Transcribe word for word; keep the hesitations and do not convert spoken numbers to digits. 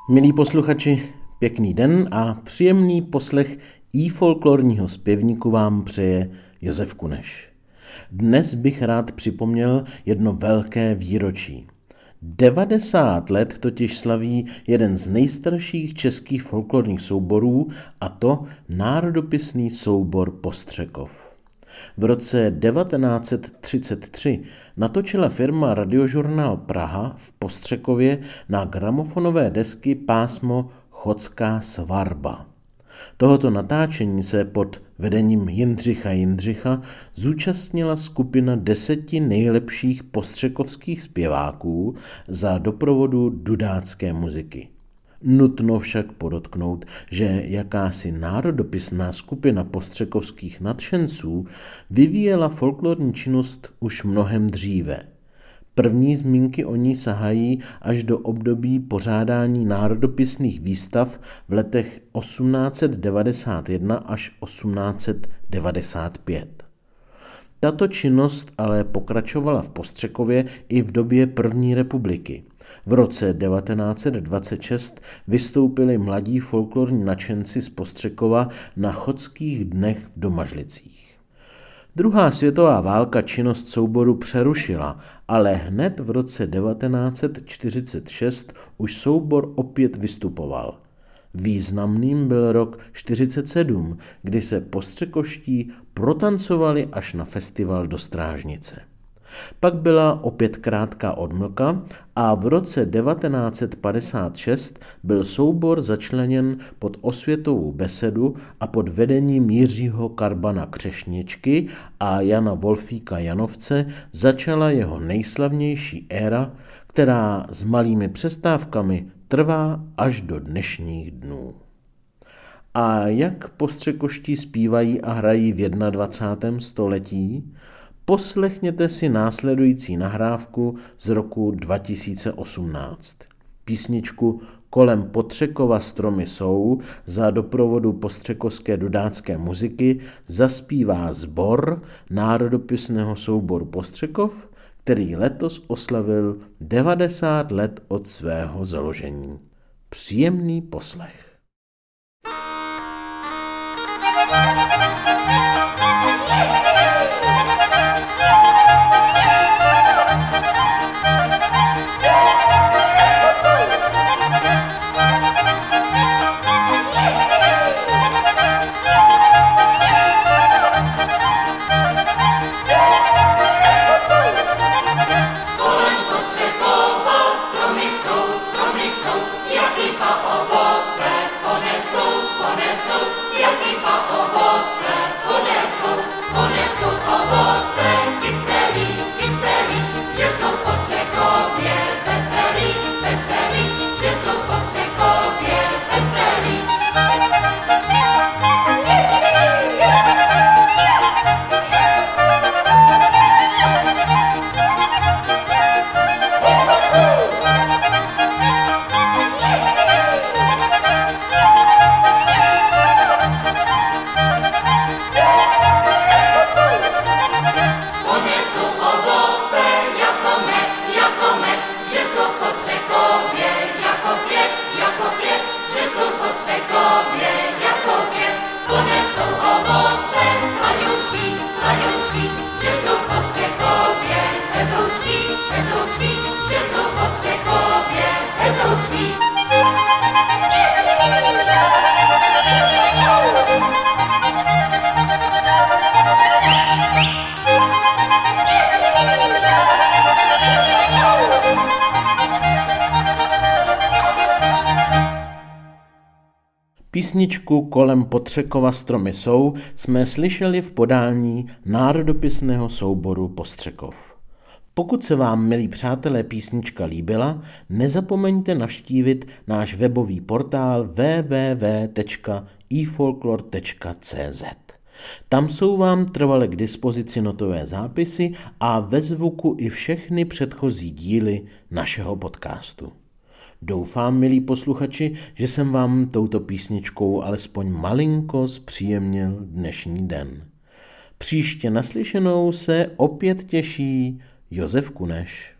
Milí posluchači, pěkný den a příjemný poslech i folklorního zpěvníku vám přeje Josef Kuneš. Dnes bych rád připomněl jedno velké výročí. devadesát let totiž slaví jeden z nejstarších českých folklorních souborů, a to národopisný soubor Postřekov. V roce devatenáct set třicet tři natočila firma Radiožurnál Praha v Postřekově na gramofonové desky pásmo Chodská svatba. Tohoto natáčení se pod vedením Jindřicha Jindřicha zúčastnila skupina deseti nejlepších postřekovských zpěváků za doprovodu dudácké muziky. Nutno však podotknout, že jakási národopisná skupina postřekovských nadšenců vyvíjela folklorní činnost už mnohem dříve. První zmínky o ní sahají až do období pořádání národopisných výstav v letech osmnáct set devadesát jedna až osmnáct set devadesát pět. Tato činnost ale pokračovala v Postřekově i v době první republiky. V roce devatenáct set dvacet šest vystoupili mladí folklorní nadšenci z Postřekova na Chodských dnech v Domažlicích. Druhá světová válka činnost souboru přerušila, ale hned v roce devatenáct set čtyřicet šest už soubor opět vystupoval. Významným byl rok čtyřicet sedm, kdy se postřekoští protancovali až na festival do Strážnice. Pak byla opět krátká odmlka a v roce devatenáct set padesát šest byl soubor začleněn pod Osvětovou besedu a pod vedením Jiřího Karbana Křešničky a Jana Wolfíka Janovce začala jeho nejslavnější éra, která s malými přestávkami trvá až do dnešních dnů. A jak postřekoští zpívají a hrají v dvacátém prvním století? Poslechněte si následující nahrávku z roku dva tisíce osmnáct. Písničku Kolem Potřekova stromy jsou za doprovodu postřekovské dudácké muziky zaspívá sbor národopisného souboru Postřekov, který letos oslavil devadesát let od svého založení. Příjemný poslech. Písničku Kolem Potřekova stromy jsou jsme slyšeli v podání národopisného souboru Postřekov. Pokud se vám, milí přátelé, písnička líbila, nezapomeňte navštívit náš webový portál w w w tečka i folklor tečka c z. Tam jsou vám trvale k dispozici notové zápisy a ve zvuku i všechny předchozí díly našeho podcastu. Doufám, milí posluchači, že jsem vám touto písničkou alespoň malinko zpříjemnil dnešní den. Příště naslyšenou se opět těší Josef Kuneš.